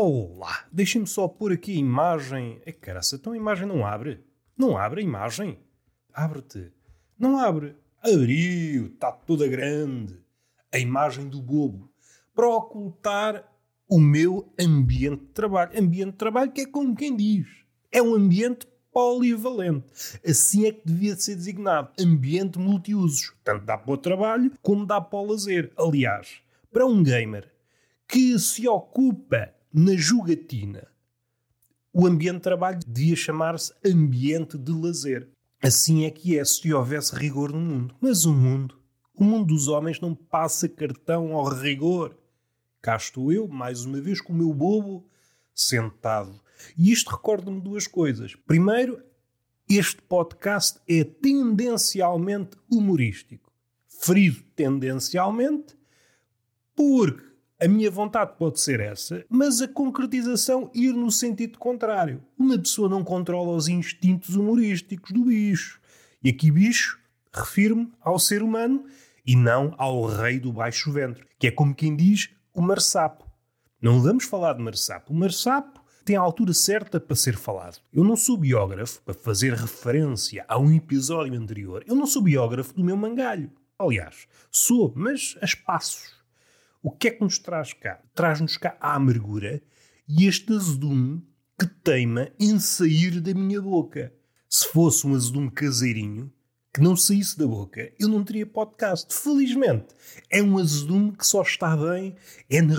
Olá, deixem-me só pôr aqui a imagem. Caraça, então a imagem não abre. Não abre a imagem. Abre-te. Não abre. Abriu, está toda grande. A imagem do bobo. Para ocultar o meu ambiente de trabalho. Ambiente de trabalho que é como quem diz. É um ambiente polivalente. Assim é que devia ser designado. Ambiente multiusos. Tanto dá para o trabalho como dá para o lazer. Aliás, para um gamer que se ocupa na jogatina, o ambiente de trabalho devia chamar-se ambiente de lazer. Assim é que é se houvesse rigor no mundo. Mas o mundo dos homens não passa cartão ao rigor. Cá estou eu, mais uma vez, com o meu bobo sentado. E isto recorda-me duas coisas. Primeiro, este podcast é tendencialmente humorístico. Frido tendencialmente, porque a minha vontade pode ser essa, mas a concretização ir no sentido contrário. Uma pessoa não controla os instintos humorísticos do bicho. E aqui bicho, refiro-me ao ser humano e não ao rei do baixo ventre, que é como quem diz o marsapo. Não vamos falar de marsapo. O marsapo tem a altura certa para ser falado. Eu não sou biógrafo para fazer referência a um episódio anterior. Eu não sou biógrafo do meu mangalho. Aliás, sou, mas a espaços. O que é que nos traz cá? Traz-nos cá a amargura e este azedume que teima em sair da minha boca. Se fosse um azedume caseirinho, que não saísse da boca, eu não teria podcast. Felizmente, é um azedume que só está bem na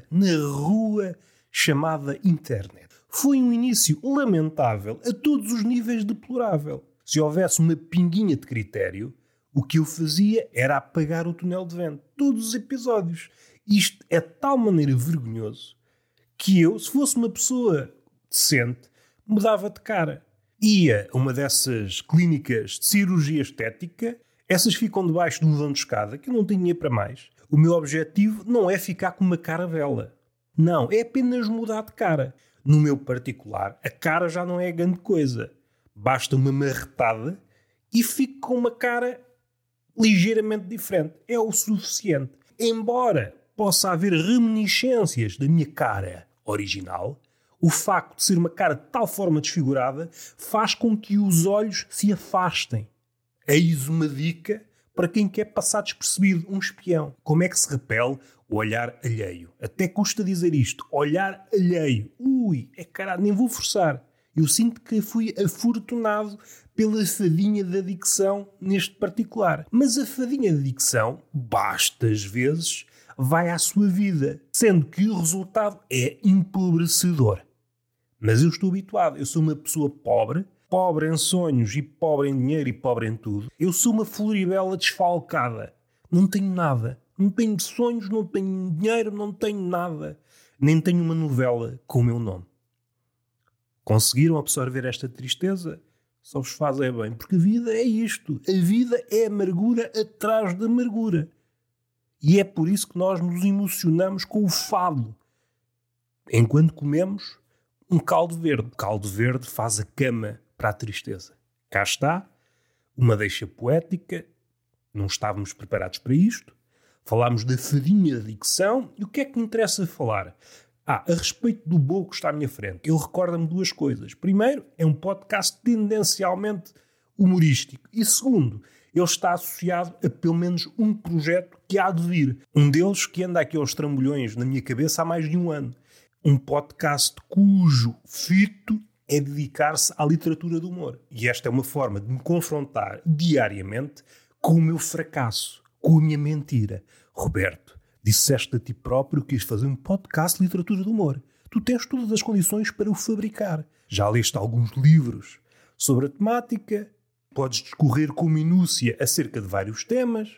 rua chamada internet. Foi um início lamentável, a todos os níveis deplorável. Se houvesse uma pinguinha de critério, o que eu fazia era apagar o túnel de vento. Todos os episódios. Isto é de tal maneira vergonhoso que eu, se fosse uma pessoa decente, mudava de cara. Ia a uma dessas clínicas de cirurgia estética, essas ficam debaixo de um vão de escada, que eu não tenho dinheiro para mais. O meu objetivo não é ficar com uma cara bela. Não, é apenas mudar de cara. No meu particular, a cara já não é grande coisa. Basta uma marretada e fico com uma cara ligeiramente diferente. É o suficiente. Embora possa haver reminiscências da minha cara original, o facto de ser uma cara de tal forma desfigurada faz com que os olhos se afastem. Eis uma dica para quem quer passar despercebido, um espião. Como é que se repele o olhar alheio? Até custa dizer isto, olhar alheio. Caralho, nem vou forçar. Eu sinto que fui afortunado pela fadinha da dicção neste particular. Mas a fadinha da dicção, bastas vezes, vai à sua vida, sendo que o resultado é empobrecedor. Mas eu estou habituado, eu sou uma pessoa pobre em sonhos e pobre em dinheiro e pobre em tudo. Eu sou uma floribela desfalcada. Não tenho nada. Não tenho sonhos, não tenho dinheiro, não tenho nada. Nem tenho uma novela com o meu nome. Conseguiram absorver esta tristeza? Só vos faz bem, porque a vida é isto. A vida é amargura atrás da amargura. E é por isso que nós nos emocionamos com o fado. Enquanto comemos um caldo verde. O caldo verde faz a cama para a tristeza. Cá está, uma deixa poética. Não estávamos preparados para isto. Falámos da fadinha da dicção. E o que é que me interessa falar? A respeito do bolo que está à minha frente. Ele recorda-me duas coisas. Primeiro, é um podcast tendencialmente humorístico. E segundo, ele está associado a pelo menos um projeto que há de vir. Um deles que anda aqui aos trambolhões na minha cabeça há mais de um ano. Um podcast cujo fito é dedicar-se à literatura do humor. E esta é uma forma de me confrontar diariamente com o meu fracasso, com a minha mentira. Roberto, disseste a ti próprio que ias fazer um podcast de literatura do humor. Tu tens todas as condições para o fabricar. Já leste alguns livros sobre a temática, podes discorrer com minúcia acerca de vários temas.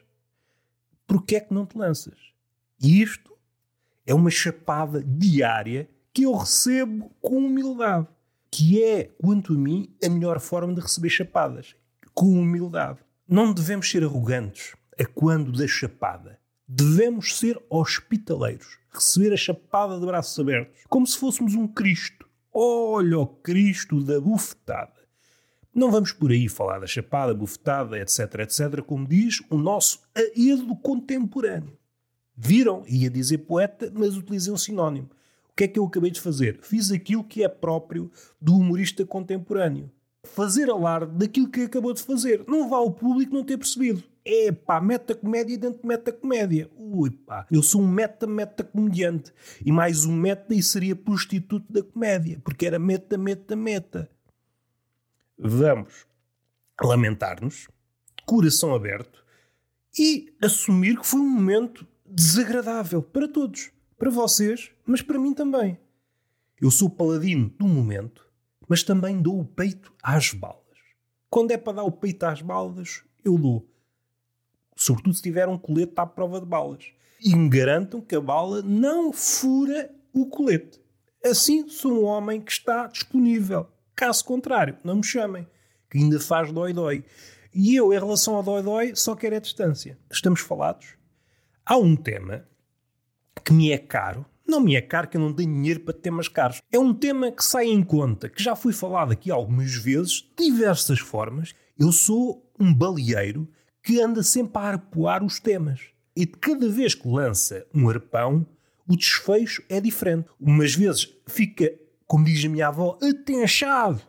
Por que é que não te lanças? E isto é uma chapada diária que eu recebo com humildade. Que é, quanto a mim, a melhor forma de receber chapadas. Com humildade. Não devemos ser arrogantes a quando da chapada. Devemos ser hospitaleiros. Receber a chapada de braços abertos. Como se fôssemos um Cristo. Olha o Cristo da bufetada. Não vamos por aí falar da chapada, bufetada, etc, etc, como diz o nosso aedo contemporâneo. Viram? Ia dizer poeta, mas utilizei um sinónimo. O que é que eu acabei de fazer? Fiz aquilo que é próprio do humorista contemporâneo. Fazer alarde daquilo que acabou de fazer. Não vá ao público não ter percebido. Meta-comédia dentro de meta-comédia. Eu sou um meta-comediante. E mais um meta e seria prostituto da comédia. Porque era meta. Vamos lamentar-nos, coração aberto, e assumir que foi um momento desagradável para todos. Para vocês, mas para mim também. Eu sou paladino do momento, mas também dou o peito às balas. Quando é para dar o peito às balas, eu dou. Sobretudo se tiver um colete à prova de balas. E me garantam que a bala não fura o colete. Assim sou um homem que está disponível. Caso contrário, não me chamem, que ainda faz dói-dói. E eu, em relação ao dói-dói, só quero a distância. Estamos falados? Há um tema que me é caro. Não me é caro, que eu não tenho dinheiro para temas caros. É um tema que sai em conta, que já foi falado aqui algumas vezes, de diversas formas. Eu sou um baleeiro que anda sempre a arpoar os temas. E de cada vez que lança um arpão, o desfecho é diferente. Umas vezes fica, como diz a minha avó, atenchado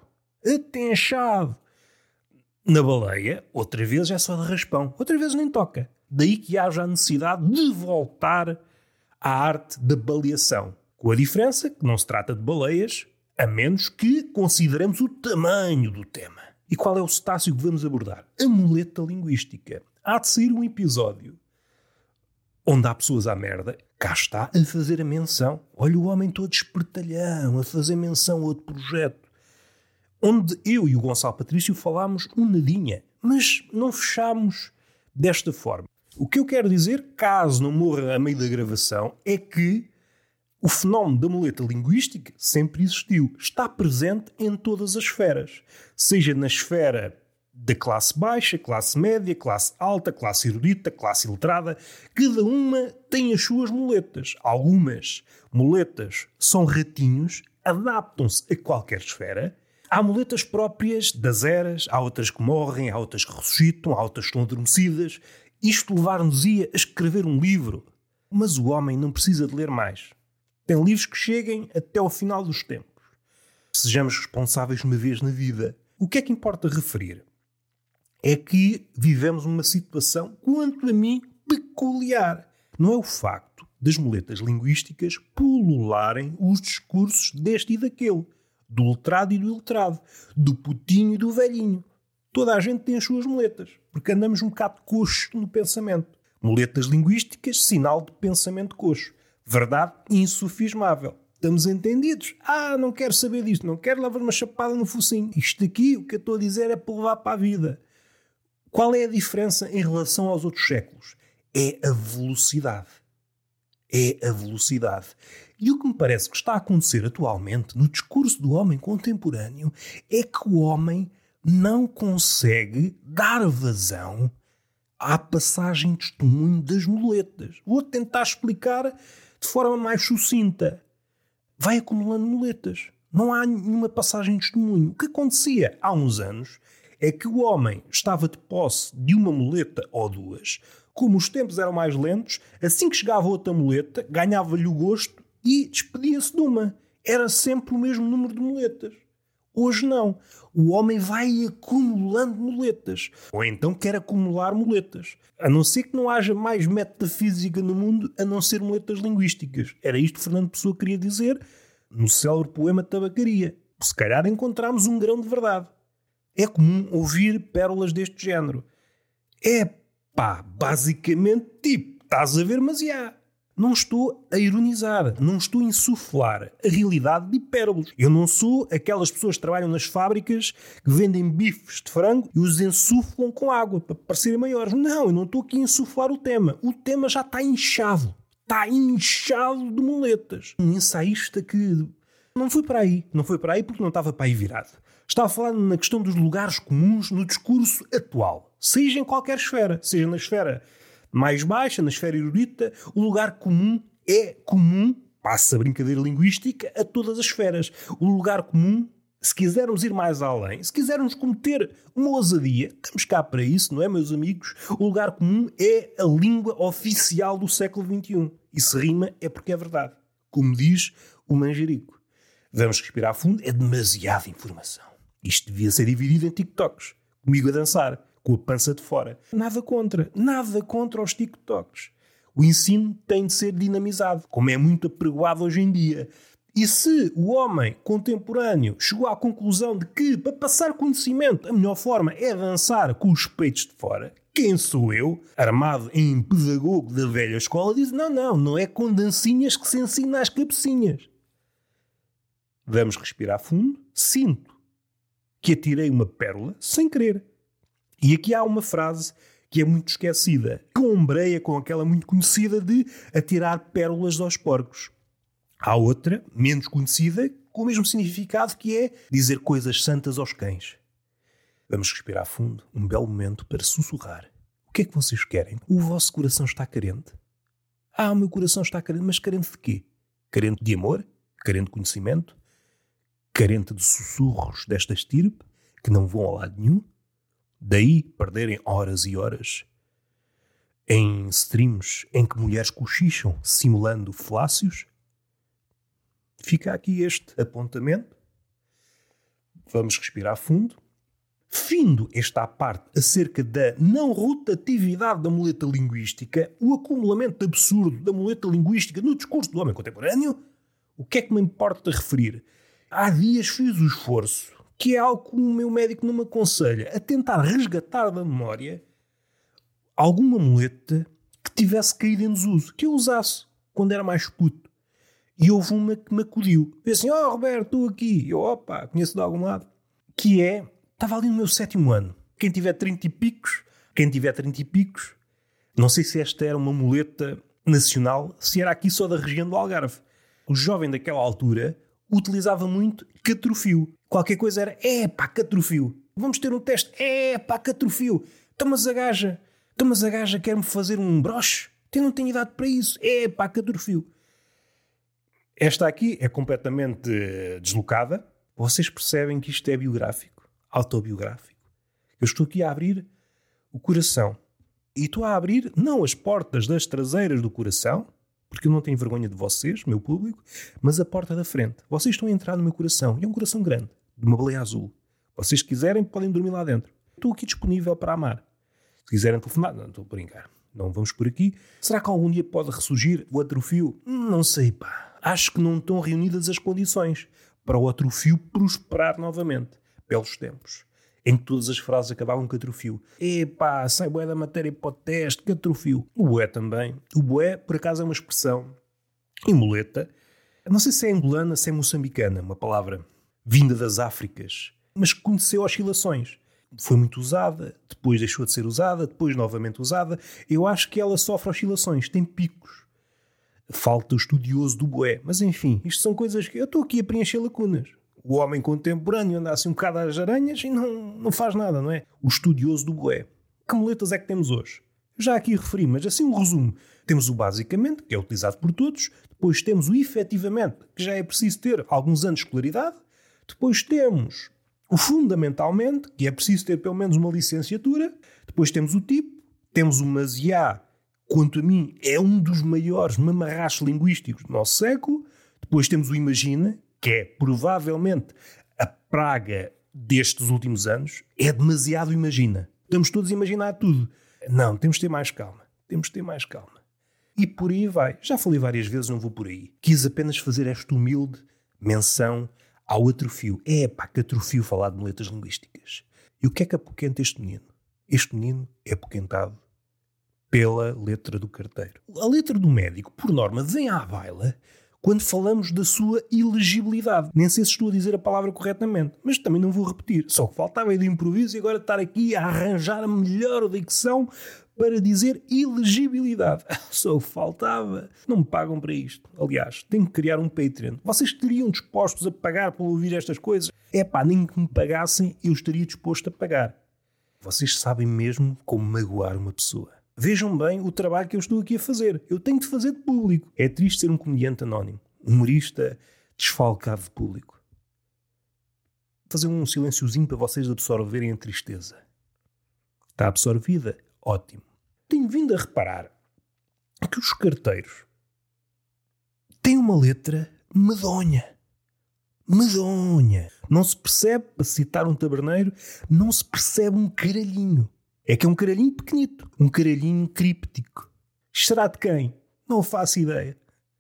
na baleia, outra vez é só de raspão, outra vez nem toca. Daí que haja a necessidade de voltar à arte da baleação. Com a diferença que não se trata de baleias, a menos que consideremos o tamanho do tema. E qual é o cetáceo que vamos abordar? A muleta linguística. Há de sair um episódio onde há pessoas à merda, cá está a fazer a menção. Olha o homem todo espertalhão, a fazer menção a outro projeto. Onde eu e o Gonçalo Patrício falámos um nadinha, mas não fechámos desta forma. O que eu quero dizer, caso não morra a meio da gravação, é que o fenómeno da muleta linguística sempre existiu. Está presente em todas as esferas. Seja na esfera da classe baixa, classe média, classe alta, classe erudita, classe iletrada. Cada uma tem as suas muletas. Algumas muletas são ratinhos, adaptam-se a qualquer esfera. Há muletas próprias das eras, há outras que morrem, há outras que ressuscitam, há outras que estão adormecidas. Isto levar-nos-ia a escrever um livro. Mas o homem não precisa de ler mais. Tem livros que cheguem até ao final dos tempos. Sejamos responsáveis uma vez na vida. O que é que importa referir? É que vivemos uma situação, quanto a mim, peculiar. Não é o facto das muletas linguísticas pulularem os discursos deste e daquele. Do letrado e do iletrado. Do putinho e do velhinho. Toda a gente tem as suas muletas, porque andamos um bocado coxo no pensamento. Muletas linguísticas, sinal de pensamento coxo. Verdade insufismável. Estamos entendidos? Não quero saber disto, não quero levar uma chapada no focinho. Isto aqui, o que eu estou a dizer, é para levar para a vida. Qual é a diferença em relação aos outros séculos? É a velocidade. É a velocidade. E o que me parece que está a acontecer atualmente no discurso do homem contemporâneo é que o homem não consegue dar vazão à passagem de testemunho das muletas. Vou tentar explicar de forma mais sucinta. Vai acumulando muletas. Não há nenhuma passagem de testemunho. O que acontecia há uns anos é que o homem estava de posse de uma muleta ou duas. Como os tempos eram mais lentos, assim que chegava outra muleta, ganhava-lhe o gosto e despedia-se de uma. Era sempre o mesmo número de muletas. Hoje não. O homem vai acumulando muletas. Ou então quer acumular muletas. A não ser que não haja mais metafísica no mundo a não ser muletas linguísticas. Era isto que Fernando Pessoa queria dizer no célebre poema Tabacaria. Se calhar encontramos um grão de verdade. É comum ouvir pérolas deste género. Basicamente estás a ver, mas Não estou a ironizar, não estou a insuflar a realidade de hipérboles. Eu não sou aquelas pessoas que trabalham nas fábricas que vendem bifes de frango e os insuflam com água para parecerem maiores. Não, eu não estou aqui a insuflar o tema. O tema já está inchado. Está inchado de muletas. Um ensaísta que não foi para aí. Não foi para aí porque não estava para aí virado. Estava a falar na questão dos lugares comuns no discurso atual. Seja em qualquer esfera. Seja na esfera mais baixa, na esfera erudita, o lugar comum é comum, passa a brincadeira linguística, a todas as esferas. O lugar comum, se quisermos ir mais além, se quisermos cometer uma ousadia, estamos cá para isso, não é, meus amigos? O lugar comum é a língua oficial do século XXI. E se rima é porque é verdade. como diz o Manjerico. Vamos respirar fundo, é demasiada informação. Isto devia ser dividido em TikToks. Comigo a dançar, com a pança de fora. Nada contra os TikToks. O ensino tem de ser dinamizado, como é muito apregoado hoje em dia. E se o homem contemporâneo chegou à conclusão de que, para passar conhecimento, a melhor forma é dançar com os peitos de fora, quem sou eu, armado em pedagogo da velha escola, diz não é com dancinhas que se ensina as cabecinhas. Vamos respirar fundo. Sinto que atirei uma pérola sem querer. E aqui há uma frase que é muito esquecida, que ombreia com aquela muito conhecida de atirar pérolas aos porcos. Há outra, menos conhecida, com o mesmo significado, que é dizer coisas santas aos cães. Vamos respirar fundo, um belo momento para sussurrar. O que é que vocês querem? O vosso coração está carente? O meu coração está carente, mas carente de quê? Carente de amor? Carente de conhecimento? Carente de sussurros desta estirpe, que não vão a lado nenhum? Daí perderem horas e horas em streams em que mulheres cochicham simulando falácios? Fica aqui este apontamento. Vamos respirar fundo. Findo esta parte acerca da não rotatividade da muleta linguística, o acumulamento absurdo da muleta linguística no discurso do homem contemporâneo, o que é que me importa referir? Há dias fiz o esforço, que é algo que o meu médico não me aconselha, a tentar resgatar da memória alguma muleta que tivesse caído em desuso, que eu usasse quando era mais puto. E houve uma que me acudiu. Disse assim, Roberto, estou aqui. Eu, conheço de algum lado. Que é, estava ali no meu 7º ano. Quem tiver 30 e picos, não sei se esta era uma muleta nacional, se era aqui só da região do Algarve. O jovem daquela altura utilizava muito catrofio. Qualquer coisa era, catrofio. Vamos ter um teste, catrofio. Mas a gaja quer-me fazer um broche. Eu não tenho idade para isso. Catrofio. Esta aqui é completamente deslocada. Vocês percebem que isto é biográfico, autobiográfico. Eu estou aqui a abrir o coração. E estou a abrir, não as portas das traseiras do coração, porque eu não tenho vergonha de vocês, meu público, mas a porta da frente. Vocês estão a entrar no meu coração. E é um coração grande, de uma baleia azul. Vocês quiserem, podem dormir lá dentro. Estou aqui disponível para amar. Se quiserem telefonar, não estou a brincar. Não vamos por aqui. Será que algum dia pode ressurgir o atrofio? Não sei, Acho que não estão reunidas as condições para o atrofio prosperar novamente. Belos tempos. Em que todas as frases acabavam com atrofio. Sai bué da matéria para o teste, que atrofio. O bué também. O bué, por acaso, é uma expressão em muleta. Não sei se é angolana, se é moçambicana. Uma palavra vinda das Áfricas. Mas que conheceu oscilações. Foi muito usada, depois deixou de ser usada, depois novamente usada. Eu acho que ela sofre oscilações, tem picos. Falta o estudioso do bué. Mas enfim, isto são coisas que eu estou aqui a preencher lacunas. O homem contemporâneo anda assim um bocado às aranhas e não faz nada, não é? O estudioso do bué. Que muletas é que temos hoje? Já aqui referi, mas assim um resumo. Temos o basicamente, que é utilizado por todos. Depois temos o efetivamente, que já é preciso ter alguns anos de escolaridade. Depois temos o fundamentalmente, que é preciso ter pelo menos uma licenciatura. Depois temos o tipo. Temos o masiá, quanto a mim, é um dos maiores mamarrachos linguísticos do nosso século. Depois temos o imagina, que é provavelmente a praga destes últimos anos. É demasiado imagina. Estamos todos a imaginar tudo. Não, temos de ter mais calma. E por aí vai. Já falei várias vezes, não vou por aí. Quis apenas fazer esta humilde menção ao atrofio. Que atrofio falar de muletas linguísticas. E o que é que apoquenta este menino? Este menino é apoquentado pela letra do carteiro. A letra do médico, por norma, vem à baila quando falamos da sua ilegibilidade. Nem sei se estou a dizer a palavra corretamente, mas também não vou repetir. Só que faltava aí de improviso e agora estar aqui a arranjar a melhor dicção para dizer ilegibilidade. Só faltava. Não me pagam para isto. Aliás, tenho que criar um Patreon. Vocês estariam dispostos a pagar para ouvir estas coisas? Nem que me pagassem, eu estaria disposto a pagar. Vocês sabem mesmo como magoar uma pessoa. Vejam bem o trabalho que eu estou aqui a fazer. Eu tenho de fazer de público. É triste ser um comediante anónimo. Humorista desfalcado de público. Vou fazer um silenciozinho para vocês absorverem a tristeza. Está absorvida? Ótimo. Tenho vindo a reparar que os carteiros tem uma letra medonha. Medonha. Não se percebe, para citar um taberneiro, não se percebe um caralhinho. É que é um caralhinho pequenito, um caralhinho críptico. Será de quem? Não faço ideia.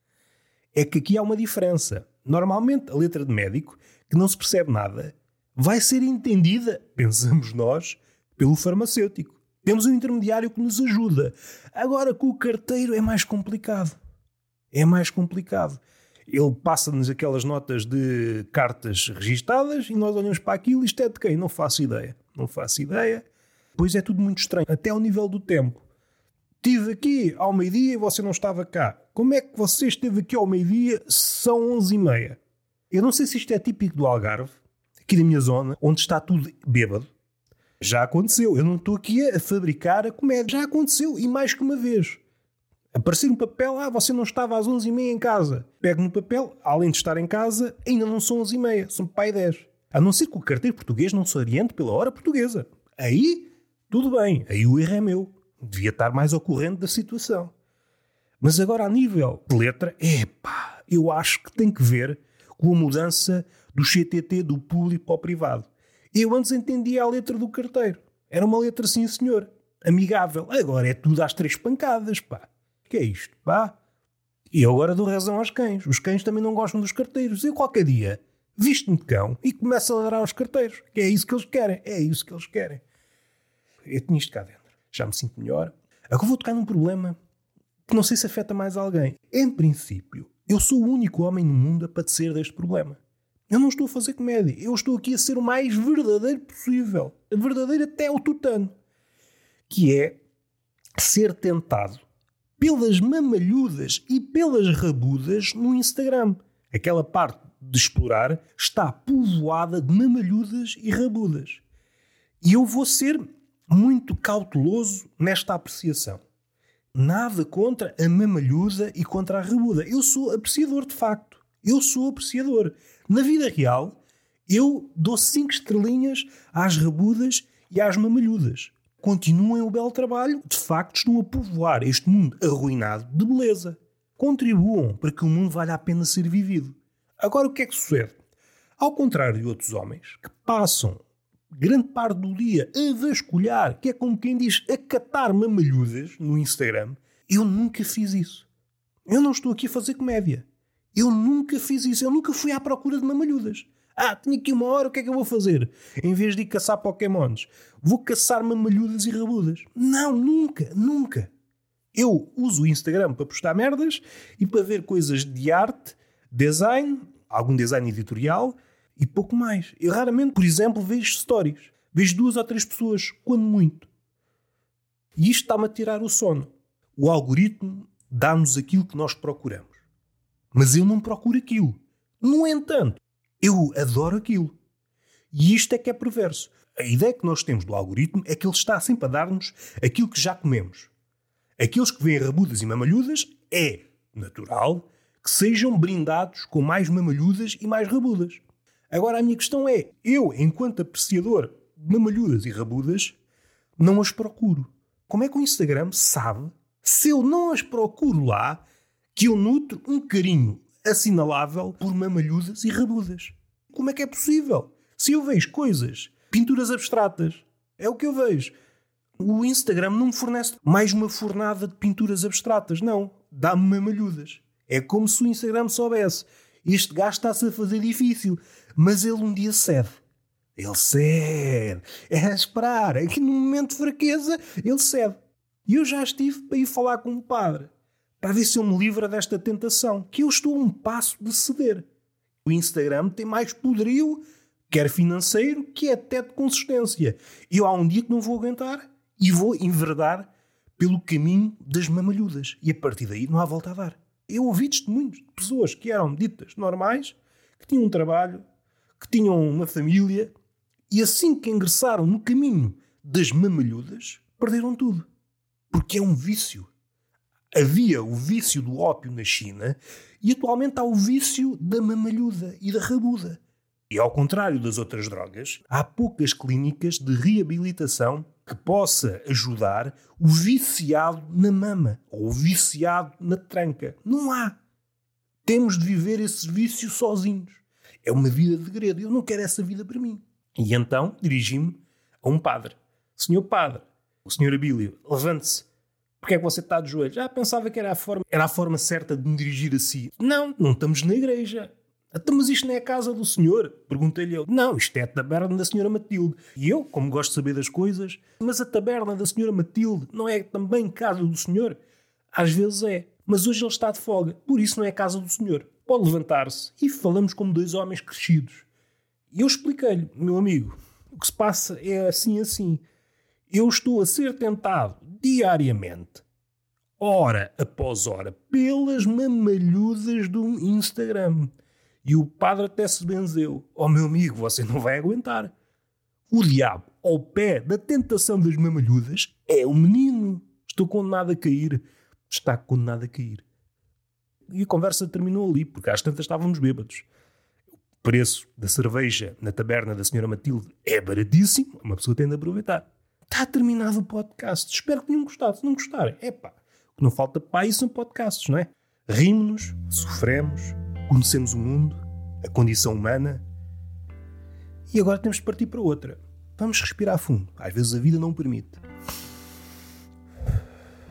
É que aqui há uma diferença. Normalmente a letra de médico, que não se percebe nada, vai ser entendida, pensamos nós, pelo farmacêutico. Temos um intermediário que nos ajuda. Agora com o carteiro é mais complicado. É mais complicado. Ele passa-nos aquelas notas de cartas registadas e nós olhamos para aquilo e isto é de quem? Não faço ideia. Não faço ideia. Pois é tudo muito estranho, até ao nível do tempo. Estive aqui ao meio-dia e você não estava cá. Como é que você esteve aqui ao meio-dia? São 11h30. Eu não sei se isto é típico do Algarve, aqui da minha zona, onde está tudo bêbado. Já aconteceu. Eu não estou aqui a fabricar a comédia. Já aconteceu. E mais que uma vez. Aparecer um papel, você não estava às 11h30 em casa. Pego no papel, além de estar em casa, ainda não são 11h30, são pai 10. A não ser que o carteiro português não se oriente pela hora portuguesa. Aí, tudo bem, aí o erro é meu. Devia estar mais ao corrente da situação. Mas agora, a nível de letra, eu acho que tem que ver com a mudança do CTT do público para o privado. Eu antes entendia a letra do carteiro. Era uma letra, sim senhor, amigável. Agora é tudo às 3 pancadas, pá. Que é isto, pá? E eu agora dou razão aos cães. Os cães também não gostam dos carteiros. Eu qualquer dia visto-me de cão e começo a ladrar aos carteiros. Que é isso que eles querem. É isso que eles querem. Eu tinha isto cá dentro. Já me sinto melhor. Agora vou tocar num problema que não sei se afeta mais alguém. Em princípio, eu sou o único homem no mundo a padecer deste problema. Eu não estou a fazer comédia. Eu estou aqui a ser o mais verdadeiro possível. Verdadeiro até ao tutano. Que é ser tentado pelas mamalhudas e pelas rabudas no Instagram. Aquela parte de explorar está povoada de mamalhudas e rabudas. E eu vou ser muito cauteloso nesta apreciação. Nada contra a mamalhuda e contra a rabuda. Eu sou apreciador de facto. Eu sou apreciador. Na vida real, eu dou 5 estrelinhas às rabudas e às mamalhudas. Continuem o belo trabalho, de facto estão a povoar este mundo arruinado de beleza. Contribuam para que o mundo valha a pena ser vivido. Agora o que é que sucede? Ao contrário de outros homens que passam grande parte do dia a vasculhar, que é como quem diz, a catar mamalhudas no Instagram, eu nunca fiz isso. Eu não estou aqui a fazer comédia. Eu nunca fiz isso. Eu nunca fui à procura de mamalhudas. Tinha aqui 1 hora, o que é que eu vou fazer? Em vez de ir caçar pokémons, vou caçar mamalhudas e rabudas. Não, nunca, nunca. Eu uso o Instagram para postar merdas e para ver coisas de arte, design, algum design editorial e pouco mais. Eu raramente, por exemplo, vejo stories. Vejo 2 ou 3 pessoas, quando muito. E isto está-me a tirar o sono. O algoritmo dá-nos aquilo que nós procuramos. Mas eu não procuro aquilo. No entanto, eu adoro aquilo. E isto é que é perverso. A ideia que nós temos do algoritmo é que ele está sempre a dar-nos aquilo que já comemos. Aqueles que veem rabudas e mamalhudas é natural que sejam brindados com mais mamalhudas e mais rabudas. Agora a minha questão é, eu, enquanto apreciador de mamalhudas e rabudas, não as procuro. Como é que o Instagram sabe, se eu não as procuro lá, que eu nutro um carinho assinalável por mamalhudas e rabudas? Como é que é possível? Se eu vejo coisas, pinturas abstratas, é o que eu vejo. O Instagram não me fornece mais uma fornada de pinturas abstratas, não. Dá-me mamalhudas. É como se o Instagram soubesse. Este gajo está-se a fazer difícil, mas ele um dia cede. Ele cede. É a esperar. É que no momento de fraqueza, ele cede. E eu já estive para ir falar com um padre, para ver se eu me livra desta tentação, que eu estou a um passo de ceder. O Instagram tem mais poderio, quer financeiro, que até de consistência. E eu há um dia que não vou aguentar e vou enverdar pelo caminho das mamalhudas. E a partir daí não há volta a dar. Eu ouvi testemunhos de pessoas que eram ditas normais, que tinham um trabalho, que tinham uma família, e assim que ingressaram no caminho das mamalhudas, perderam tudo. Porque é um vício. Havia o vício do ópio na China e atualmente há o vício da mamalhuda e da rabuda. E ao contrário das outras drogas, há poucas clínicas de reabilitação que possa ajudar o viciado na mama ou o viciado na tranca. Não há. Temos de viver esse vício sozinhos. É uma vida de degredo. Eu não quero essa vida para mim. E então dirigi-me a um padre. Senhor padre, o senhor Abílio, levante-se. Porque é que você está de joelhos? Pensava que era a forma certa de me dirigir a si. Não, não estamos na igreja. Então, mas isto não é a casa do senhor? Perguntei-lhe eu. Não, isto é a taberna da senhora Matilde. E eu, como gosto de saber das coisas, mas a taberna da senhora Matilde não é também casa do senhor? Às vezes é. Mas hoje ele está de folga. Por isso não é casa do senhor. Pode levantar-se. E falamos como dois homens crescidos. E eu expliquei-lhe, meu amigo, o que se passa é assim. Eu estou a ser tentado diariamente, hora após hora, pelas mamalhudas do Instagram. E o padre até se benzeu. Meu amigo, você não vai aguentar. O diabo, ao pé da tentação das mamalhudas, é o menino. Estou condenado a cair. Está condenado a cair. E a conversa terminou ali, porque às tantas estávamos bêbados. O preço da cerveja na taberna da senhora Matilde é baratíssimo. Uma pessoa tem de aproveitar. Está terminado o podcast. Espero que tenham gostado. Se não gostarem, o que não falta para isso são podcasts, não é? Rimos-nos, sofremos, conhecemos o mundo, a condição humana. E agora temos de partir para outra. Vamos respirar fundo. Às vezes a vida não permite.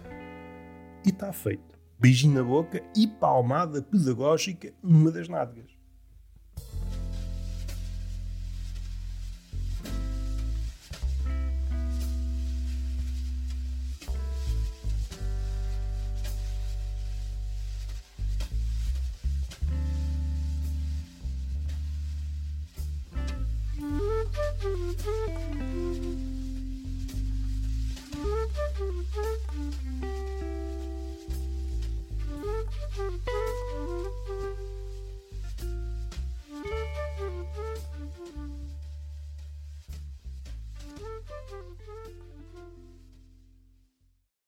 E está feito. Beijinho na boca e palmada pedagógica numa das nádegas.